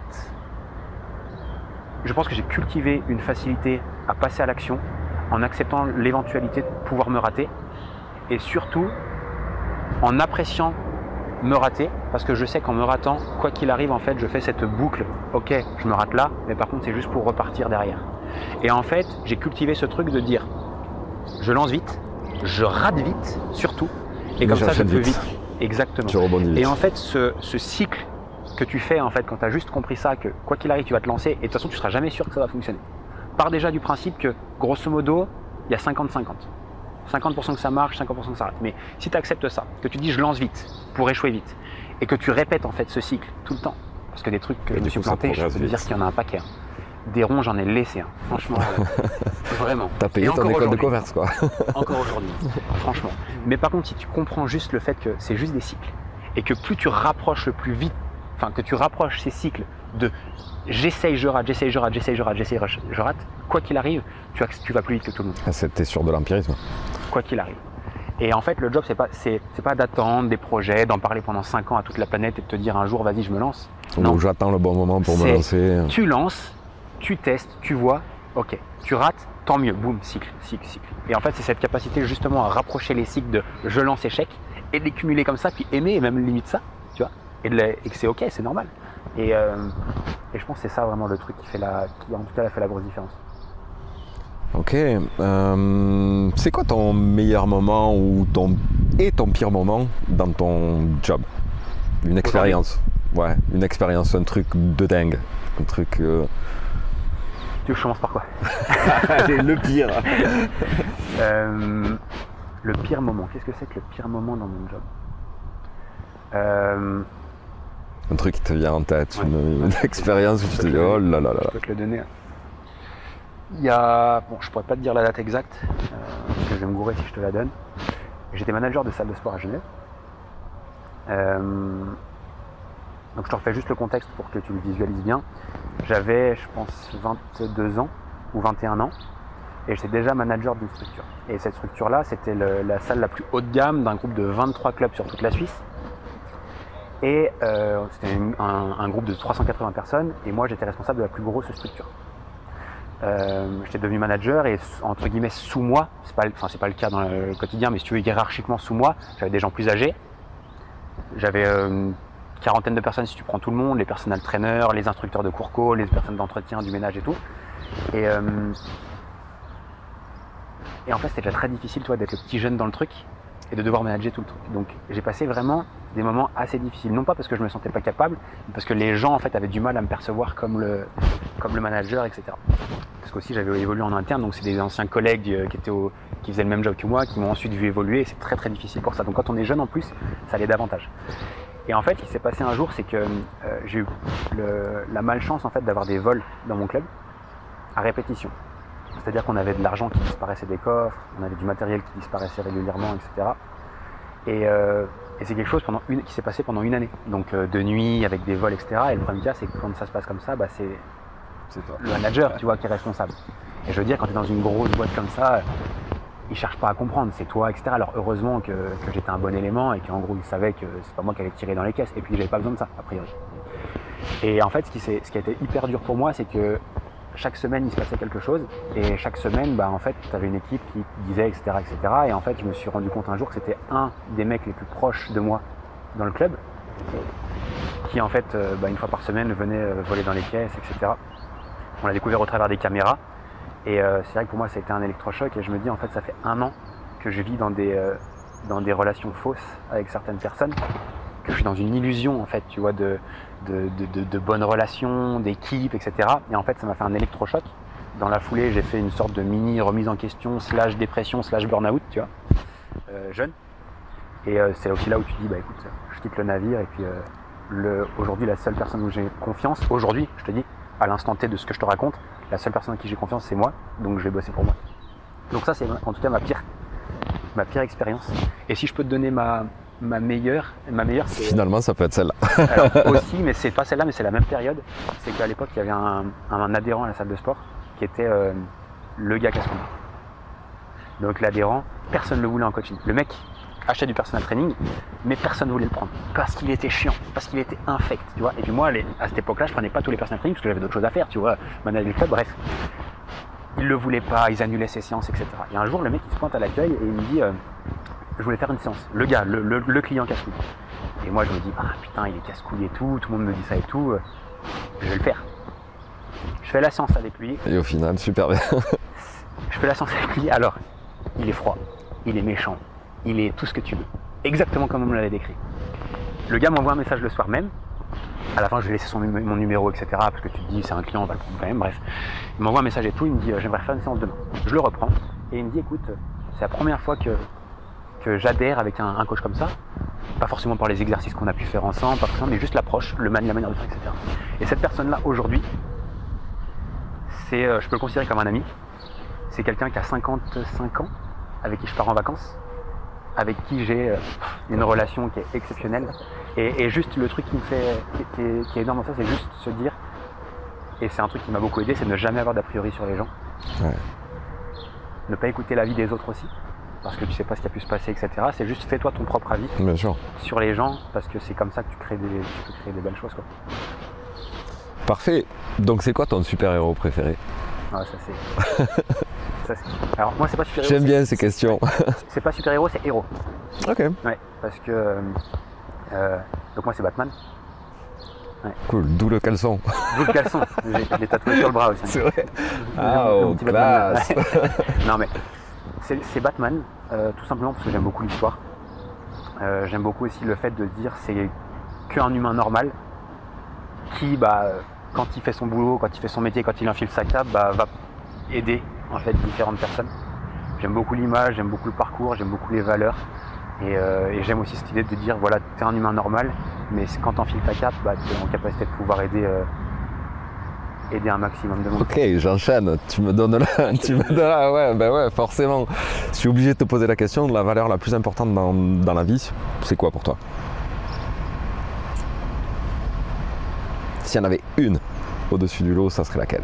je pense que j'ai cultivé une facilité à passer à l'action en acceptant l'éventualité de pouvoir me rater et surtout en appréciant me rater, parce que je sais qu'en me ratant, quoi qu'il arrive, en fait, je fais cette boucle. Ok, je me rate là, mais par contre, c'est juste pour repartir derrière. Et en fait, j'ai cultivé ce truc de dire, je lance vite, je rate vite, surtout, et comme ça, je peux vite. vite. Exactement. Tu rebondis vite. Et en fait, ce, ce cycle que tu fais, en fait, quand tu as juste compris ça, que quoi qu'il arrive, tu vas te lancer, et de toute façon, tu seras jamais sûr que ça va fonctionner. Pars déjà du principe que, grosso modo, il y a cinquante cinquante. cinquante pour cent que ça marche, cinquante pour cent que ça rate. Mais si tu acceptes ça, que tu dis je lance vite pour échouer vite, et que tu répètes en fait ce cycle tout le temps, parce que des trucs que et je me suis planté, je peux te dire qu'il y en a un paquet. Hein. Des ronds, j'en ai laissé, hein. Franchement, euh, vraiment. T'as payé ton école de commerce, quoi. Encore aujourd'hui, franchement. Mais par contre, si tu comprends juste le fait que c'est juste des cycles, et que plus tu rapproches le plus vite, enfin que tu rapproches ces cycles de j'essaye, je rate, j'essaye, je rate, j'essaye, je rate, j'essaye, je rate, quoi qu'il arrive, tu, as, tu vas plus vite que tout le monde. C'était sur de l'empirisme. Quoi qu'il arrive. Et en fait, le job, c'est pas, c'est, c'est pas d'attendre des projets, d'en parler pendant cinq ans à toute la planète et de te dire un jour, vas-y, je me lance. Non, ou j'attends le bon moment pour me lancer. Tu lances, tu testes, tu vois, ok, tu rates, tant mieux, boum, cycle, cycle, cycle. Et en fait, c'est cette capacité justement à rapprocher les cycles de je lance échec et de les cumuler comme ça, puis aimer, et même limite ça, tu vois, et, de les, et que c'est ok, c'est normal. Et, euh, et je pense que c'est ça vraiment le truc qui fait la, qui en tout cas a fait la grosse différence. Ok. Euh, c'est quoi ton meilleur moment ou ton et ton pire moment dans ton job? Une expérience. Ouais, une expérience, un truc de dingue, un truc. Euh... Tu veux que je commence par quoi? Allez, le pire. euh, le pire moment. Qu'est-ce que c'est que le pire moment dans mon job? euh, Un truc qui te vient en tête, ouais. une, une expérience où tu te dis oh là là là. Je peux te le donner. Il y a, bon, je pourrais pas te dire la date exacte, euh, parce que je vais me gourer si je te la donne. J'étais manager de salle de sport à Genève. Euh, donc je te refais juste le contexte pour que tu le visualises bien. J'avais, je pense, vingt-deux ans ou vingt et un ans, et j'étais déjà manager d'une structure. Et cette structure-là, c'était le, la salle la plus haut de gamme d'un groupe de vingt-trois clubs sur toute la Suisse. Et euh, c'était un, un groupe de trois cent quatre-vingts personnes, et moi j'étais responsable de la plus grosse structure. euh, j'étais devenu manager et entre guillemets sous moi, c'est pas, enfin c'est pas le cas dans le quotidien, mais si tu veux hiérarchiquement sous moi, j'avais des gens plus âgés. J'avais euh, une quarantaine de personnes si tu prends tout le monde, les personnel trainers, les instructeurs de cours co, les personnes d'entretien, du ménage et tout. Et, euh, et en fait c'était déjà très difficile toi d'être le petit jeune dans le truc et de devoir manager tout le truc. Donc j'ai passé vraiment des moments assez difficiles, non pas parce que je me sentais pas capable, mais parce que les gens en fait avaient du mal à me percevoir comme le, comme le manager, et cetera. Parce qu'aussi j'avais évolué en interne, donc c'est des anciens collègues qui, étaient au, qui faisaient le même job que moi, qui m'ont ensuite vu évoluer, et c'est très très difficile pour ça. Donc quand on est jeune en plus, ça l'est davantage. Et en fait, ce qui s'est passé un jour, c'est que euh, j'ai eu le, la malchance en fait d'avoir des vols dans mon club à répétition. C'est-à-dire qu'on avait de l'argent qui disparaissait des coffres, on avait du matériel qui disparaissait régulièrement, et cetera. Et, euh, et c'est quelque chose pendant une, qui s'est passé pendant une année. Donc euh, de nuit, avec des vols, et cetera. Et le problème qu'il y a, c'est que quand ça se passe comme ça, bah, c'est le manager, tu vois, qui est responsable. Et je veux dire, quand tu es dans une grosse boîte comme ça, ils ne cherchent pas à comprendre, c'est toi, et cetera. Alors heureusement que, que j'étais un bon élément et qu'en gros, ils savaient que c'est pas moi qui allais tirer dans les caisses. Et puis j'avais pas besoin de ça, a priori. Et en fait, ce qui, ce qui a été hyper dur pour moi, c'est que chaque semaine, il se passait quelque chose, et chaque semaine, bah, en fait, tu avais une équipe qui disait, et cetera, et cetera. Et en fait, je me suis rendu compte un jour que c'était un des mecs les plus proches de moi dans le club, qui en fait, euh, bah, une fois par semaine, venait euh, voler dans les caisses, et cetera. On l'a découvert au travers des caméras, et euh, c'est vrai que pour moi, ça a été un électrochoc, et je me dis, en fait, ça fait un an que je vis dans des, euh, dans des relations fausses avec certaines personnes, que je suis dans une illusion, en fait, tu vois, de... De, de, de, de bonnes relations, d'équipe, et cetera. Et en fait, ça m'a fait un électrochoc. Dans la foulée, j'ai fait une sorte de mini remise en question, slash dépression, slash burn-out, tu vois, euh, jeune. Et euh, c'est aussi là où tu te dis, bah écoute, je quitte le navire. Et puis euh, le, aujourd'hui, la seule personne où j'ai confiance, aujourd'hui, je te dis, à l'instant T de ce que je te raconte, la seule personne à qui j'ai confiance, c'est moi. Donc je vais bosser pour moi. Donc ça, c'est en tout cas ma pire, ma pire expérience. Et si je peux te donner ma... Ma meilleure, ma meilleure c'est... Finalement, ça peut être celle-là. Alors, aussi, mais c'est pas celle-là, mais c'est la même période. C'est qu'à l'époque, il y avait un, un adhérent à la salle de sport qui était euh, le gars casse-cou. Donc l'adhérent, personne ne le voulait en coaching. Le mec achetait du personal training, mais personne ne voulait le prendre. Parce qu'il était chiant, parce qu'il était infect, tu vois. Et puis moi, les, à cette époque-là, je prenais pas tous les personal training parce que j'avais d'autres choses à faire, tu vois. Manager le club, bref. Ils le voulaient pas, ils annulaient ses séances, et cetera. Et un jour, le mec, il se pointe à l'accueil et il me dit... Euh, je voulais faire une séance, le gars, le, le, le client casse-couille. Et moi je me dis, ah putain, il est casse-couille et tout, tout le monde me dit ça et tout, je vais le faire. Je fais la séance avec lui. Et au final, super bien. Je fais la séance avec lui, alors, il est froid, il est méchant, il est tout ce que tu veux. Exactement comme on me l'avait décrit. Le gars m'envoie un message le soir même, à la fin je lui ai laissé son, mon numéro, et cetera. Parce que tu te dis, c'est un client, on va le prendre quand même, bref. Il m'envoie un message et tout, il me dit, j'aimerais faire une séance demain. Je le reprends, et il me dit, écoute, c'est la première fois que... que j'adhère avec un, un coach comme ça, pas forcément par les exercices qu'on a pu faire ensemble, pas forcément, mais juste l'approche, le man, la manière de faire, et cetera. Et cette personne-là, aujourd'hui, c'est, euh, je peux le considérer comme un ami. C'est quelqu'un qui a cinquante-cinq ans, avec qui je pars en vacances, avec qui j'ai euh, une relation qui est exceptionnelle. Et, et juste le truc qui me fait, qui est, qui est énorme dans ça, c'est juste se dire, et c'est un truc qui m'a beaucoup aidé, c'est ne jamais avoir d'a priori sur les gens. Ouais. Ne pas écouter l'avis des autres aussi. Parce que tu sais pas ce qui a pu se passer, et cetera. C'est juste fais-toi ton propre avis Bien sûr. sur les gens, parce que c'est comme ça que tu crées des, tu peux créer des belles choses, quoi. Parfait. Donc c'est quoi ton super-héros préféré? Ah, ça c'est... ça, c'est... Alors moi c'est pas super-héros. J'aime c'est... bien ces questions. C'est pas super-héros, c'est héros. Ok. Ouais, parce que... Euh, donc moi c'est Batman. Ouais. Cool, d'où le caleçon. D'où le caleçon, je l'ai tatoué sur le bras aussi. C'est vrai. Ah, oh, classe. Non mais... C'est, c'est Batman, euh, tout simplement parce que j'aime beaucoup l'histoire. Euh, j'aime beaucoup aussi le fait de dire c'est qu'un humain normal qui, bah, quand il fait son boulot, quand il fait son métier, quand il enfile sa cape, bah, va aider en fait différentes personnes. J'aime beaucoup l'image, j'aime beaucoup le parcours, j'aime beaucoup les valeurs. Et, euh, et j'aime aussi cette idée de dire voilà, t'es un humain normal, mais quand t'enfiles ta cape, bah, t'es en capacité de pouvoir aider. Euh, aider un maximum de monde. Ok, j'enchaîne, tu me donnes là, tu me donnes là, ouais, ben ouais, forcément. Je suis obligé de te poser la question, la valeur la plus importante dans, dans la vie, c'est quoi pour toi? S'il y en avait une au-dessus du lot, ça serait laquelle?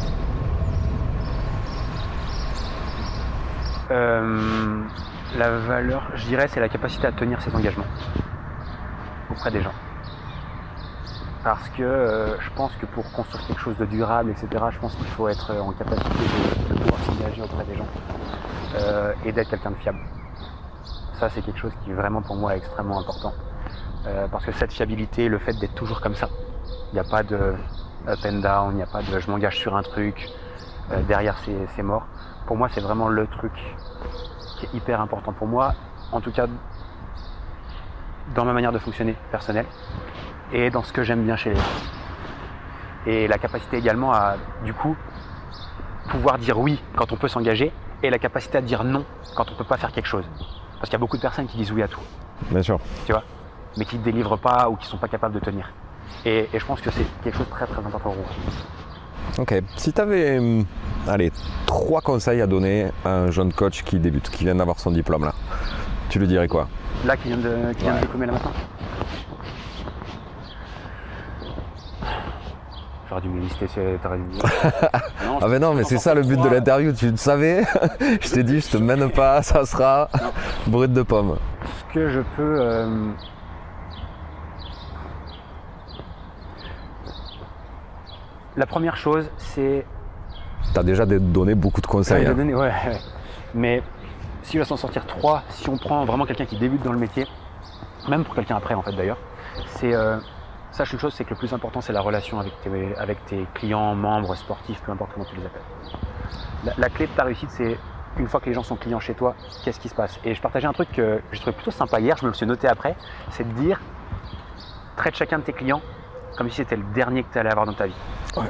euh, La valeur, je dirais, c'est la capacité à tenir ses engagements auprès des gens. Parce que euh, je pense que pour construire quelque chose de durable, et cetera, je pense qu'il faut être en capacité de, de pouvoir s'engager auprès des gens euh, et d'être quelqu'un de fiable. Ça, c'est quelque chose qui vraiment pour moi est extrêmement important. Euh, parce que cette fiabilité, le fait d'être toujours comme ça, il n'y a pas de up and down, il n'y a pas de je m'engage sur un truc, euh, derrière c'est, c'est mort. Pour moi, c'est vraiment le truc qui est hyper important pour moi, en tout cas dans ma manière de fonctionner personnelle et dans ce que j'aime bien chez les gens. Et la capacité également à, du coup, pouvoir dire oui quand on peut s'engager et la capacité à dire non quand on ne peut pas faire quelque chose. Parce qu'il y a beaucoup de personnes qui disent oui à tout. Bien sûr. Tu vois, mais qui ne délivrent pas ou qui ne sont pas capables de tenir. Et, et je pense que c'est quelque chose de très très important pour vous. Ok, si tu avais allez, trois conseils à donner à un jeune coach qui débute, qui vient d'avoir son diplôme là, tu lui dirais quoi? Là, qui vient de, qui vient ouais. de diplômer là maintenant? J'aurais dû me lister, t'aurais dû me dire. Non, ah mais non, mais c'est ça le but trois. de l'interview, tu le savais. Je t'ai dit, je te mène pas, ça sera brut de pomme. Ce que je peux... Euh... La première chose, c'est... Tu as déjà donné beaucoup de conseils. Ouais, hein. donné, ouais, ouais. Mais si je dois s'en sortir trois, si on prend vraiment quelqu'un qui débute dans le métier, même pour quelqu'un après en fait d'ailleurs, c'est... Euh... Sache une chose, c'est que le plus important, c'est la relation avec tes, avec tes clients, membres, sportifs, peu importe comment tu les appelles. La, la clé de ta réussite, c'est une fois que les gens sont clients chez toi, qu'est-ce qui se passe? Et je partageais un truc que je trouvais plutôt sympa hier, je me le suis noté après, c'est de dire, traite chacun de tes clients comme si c'était le dernier que tu allais avoir dans ta vie. Ouais.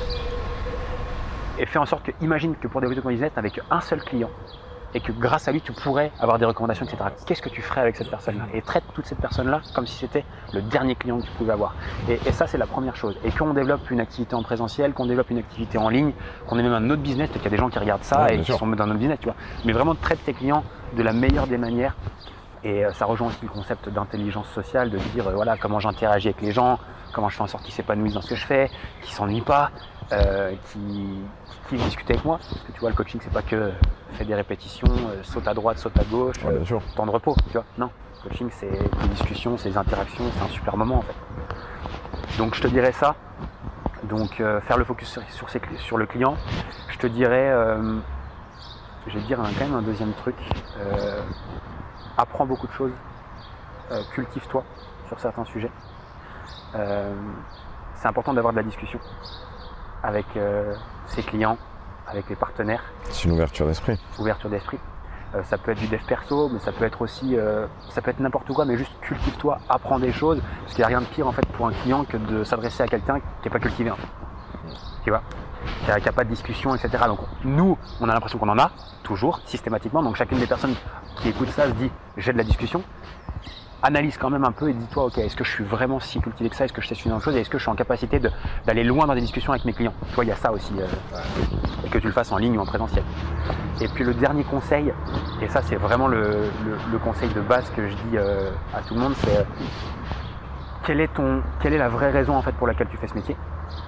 Et fais en sorte que, imagine que pour développer ton business, tu n'avais qu'un seul client et que grâce à lui, tu pourrais avoir des recommandations, et cetera. Qu'est-ce que tu ferais avec cette personne-là? Et traite toute cette personne-là comme si c'était le dernier client que tu pouvais avoir. Et, et ça, c'est la première chose. Et qu'on développe une activité en présentiel, qu'on développe une activité en ligne, qu'on ait même un autre business, peut-être qu'il y a des gens qui regardent ça ouais, et qui sûr. sont dans notre business, tu vois. Mais vraiment, traite tes clients de la meilleure des manières. Et euh, ça rejoint aussi le concept d'intelligence sociale, de dire, euh, voilà, comment j'interagis avec les gens, comment je fais en sorte qu'ils s'épanouissent dans ce que je fais, qu'ils ne s'ennuient pas, euh, qu'ils qui discutent avec moi. Parce que tu vois, le coaching, c'est pas que euh, fais des répétitions, euh, saute à droite, saute à gauche, ouais, euh, temps de repos, tu vois. Non, le coaching, c'est des discussions, c'est des interactions, c'est un super moment en fait. Donc je te dirais ça. Donc euh, faire le focus sur, sur, ces, sur le client. Je te dirais, euh, je vais te dire un, quand même un deuxième truc. Euh, apprends beaucoup de choses. Euh, cultive-toi sur certains sujets. Euh, c'est important d'avoir de la discussion avec euh, ses clients, avec les partenaires. C'est une ouverture d'esprit. Ouverture d'esprit. Euh, ça peut être du dev perso, mais ça peut être aussi, euh, ça peut être n'importe quoi, mais juste cultive-toi, apprends des choses, parce qu'il n'y a rien de pire en fait pour un client que de s'adresser à quelqu'un qui n'est pas cultivé. En fait. Tu vois, qui n'a pas de discussion, et cetera. Donc nous, on a l'impression qu'on en a toujours, systématiquement. Donc chacune des personnes qui écoutent ça se dit, j'ai de la discussion. Analyse quand même un peu et dis-toi, ok, est-ce que je suis vraiment si cultivé que ça? Est-ce que je sais suffisant de choses? Et est-ce que je suis en capacité de, d'aller loin dans des discussions avec mes clients? Tu vois, il y a ça aussi, euh, et que tu le fasses en ligne ou en présentiel. Et puis le dernier conseil, et ça c'est vraiment le, le, le conseil de base que je dis euh, à tout le monde, c'est euh, quelle est ton, quelle est la vraie raison en fait pour laquelle tu fais ce métier?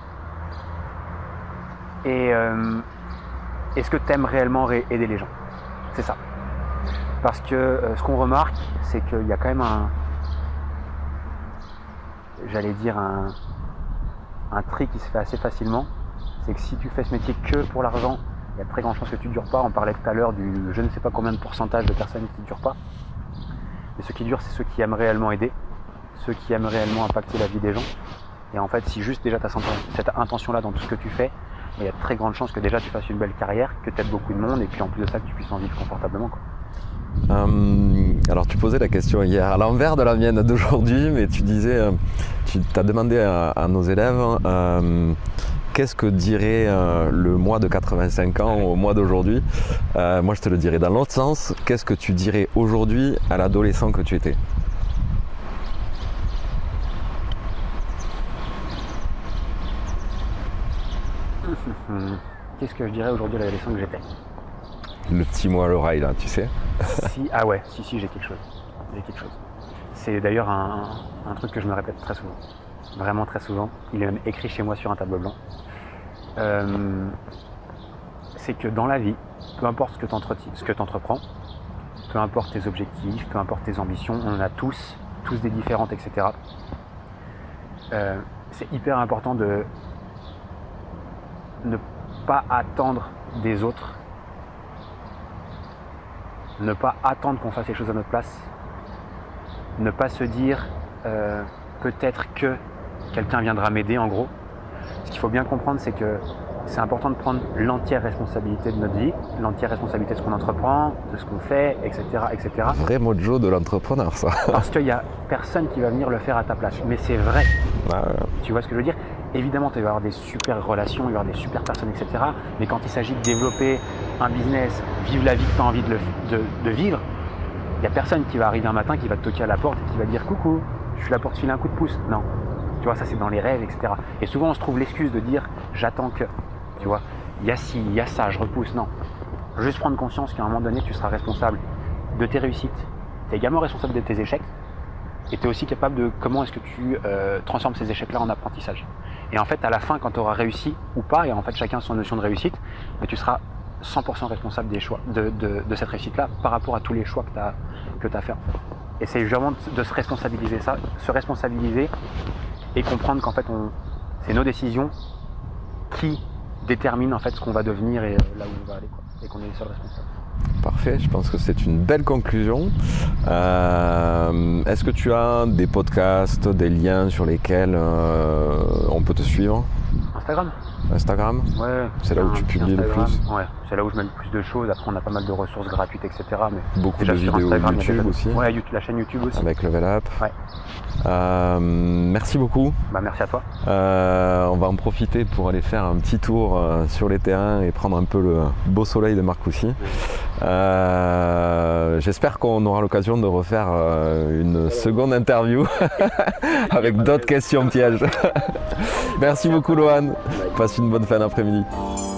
Et euh, est-ce que tu aimes réellement aider les gens? C'est ça. Parce que euh, ce qu'on remarque, c'est qu'il y a quand même un, j'allais dire un, un trick qui se fait assez facilement, c'est que si tu fais ce métier que pour l'argent, il y a de très grandes chances que tu ne dures pas. On parlait tout à l'heure du je ne sais pas combien de pourcentage de personnes qui ne durent pas. Mais ceux qui durent, c'est ceux qui aiment réellement aider, ceux qui aiment réellement impacter la vie des gens. Et en fait, si juste déjà tu as cette intention-là dans tout ce que tu fais, il y a de très grandes chances que déjà tu fasses une belle carrière, que tu aides beaucoup de monde et puis en plus de ça, que tu puisses en vivre confortablement, quoi. Euh, alors tu posais la question hier à l'envers de la mienne d'aujourd'hui, mais tu disais, euh, tu t'as demandé à, à nos élèves euh, qu'est-ce que dirait euh, le moi de quatre-vingt-cinq ans au moi d'aujourd'hui. Euh, moi je te le dirais dans l'autre sens, qu'est-ce que tu dirais aujourd'hui à l'adolescent que tu étais? Qu'est-ce que je dirais aujourd'hui à l'adolescent que j'étais? Le petit mot à l'oreille là, tu sais. Si, ah ouais, si, si, j'ai quelque chose. J'ai quelque chose. C'est d'ailleurs un, un truc que je me répète très souvent. Vraiment très souvent. Il est même écrit chez moi sur un tableau blanc. Euh, c'est que dans la vie, peu importe ce que tu entreprends, peu importe tes objectifs, peu importe tes ambitions, on en a tous, tous des différentes, et cetera. Euh, c'est hyper important de ne pas attendre des autres, ne pas attendre qu'on fasse les choses à notre place, ne pas se dire euh, peut-être que quelqu'un viendra m'aider en gros. Ce qu'il faut bien comprendre, c'est que c'est important de prendre l'entière responsabilité de notre vie, l'entière responsabilité de ce qu'on entreprend, de ce qu'on fait, et cetera, et cetera. Vrai mojo de l'entrepreneur, ça. Parce qu'il n'y a personne qui va venir le faire à ta place. Mais c'est vrai. Ah ouais. Tu vois ce que je veux dire? Évidemment, tu vas avoir des super relations, il va y avoir des super personnes, et cetera. Mais quand il s'agit de développer un business, vivre la vie que tu as envie de, le, de, de vivre, il n'y a personne qui va arriver un matin, qui va te toquer à la porte et qui va te dire « Coucou, je suis là pour te filer un coup de pouce ». Non. Tu vois, ça c'est dans les rêves, et cetera. Et souvent, on se trouve l'excuse de dire « J'attends que ». Tu vois, il y a ci, il y a ça, je repousse. Non. Juste prendre conscience qu'à un moment donné, tu seras responsable de tes réussites. Tu es également responsable de tes échecs. Et tu es aussi capable de comment est-ce que tu euh, transformes ces échecs-là en apprentissage. Et en fait, à la fin, quand tu auras réussi ou pas, et en fait, chacun a son notion de réussite, mais tu seras cent pour cent responsable des choix, de, de, de cette réussite-là par rapport à tous les choix que tu as que tu as fait. Et c'est vraiment de, de se responsabiliser ça, se responsabiliser et comprendre qu'en fait, on, c'est nos décisions qui déterminent en fait ce qu'on va devenir et là où on va aller, quoi, et qu'on est les seuls responsables. Parfait, je pense que c'est une belle conclusion. Euh, est-ce que tu as des podcasts, des liens sur lesquels euh, on peut te suivre? Instagram. Instagram? Ouais. C'est là où tu publies le plus? Ouais, c'est là où je mets le plus de choses. Après, on a pas mal de ressources gratuites, et cetera. Mais beaucoup déjà de sur vidéos Instagram, YouTube déjà... aussi? Ouais, YouTube, la chaîne YouTube aussi. Avec Level Up? Ouais. Euh, merci beaucoup. Bah, merci à toi. Euh, on va en profiter pour aller faire un petit tour euh, sur les terrains et prendre un peu le beau soleil de Marcoussis. Euh, J'espère qu'on aura l'occasion de refaire euh, une seconde interview avec d'autres questions pièges. Merci beaucoup, Lohan. Passe une bonne fin d'après-midi.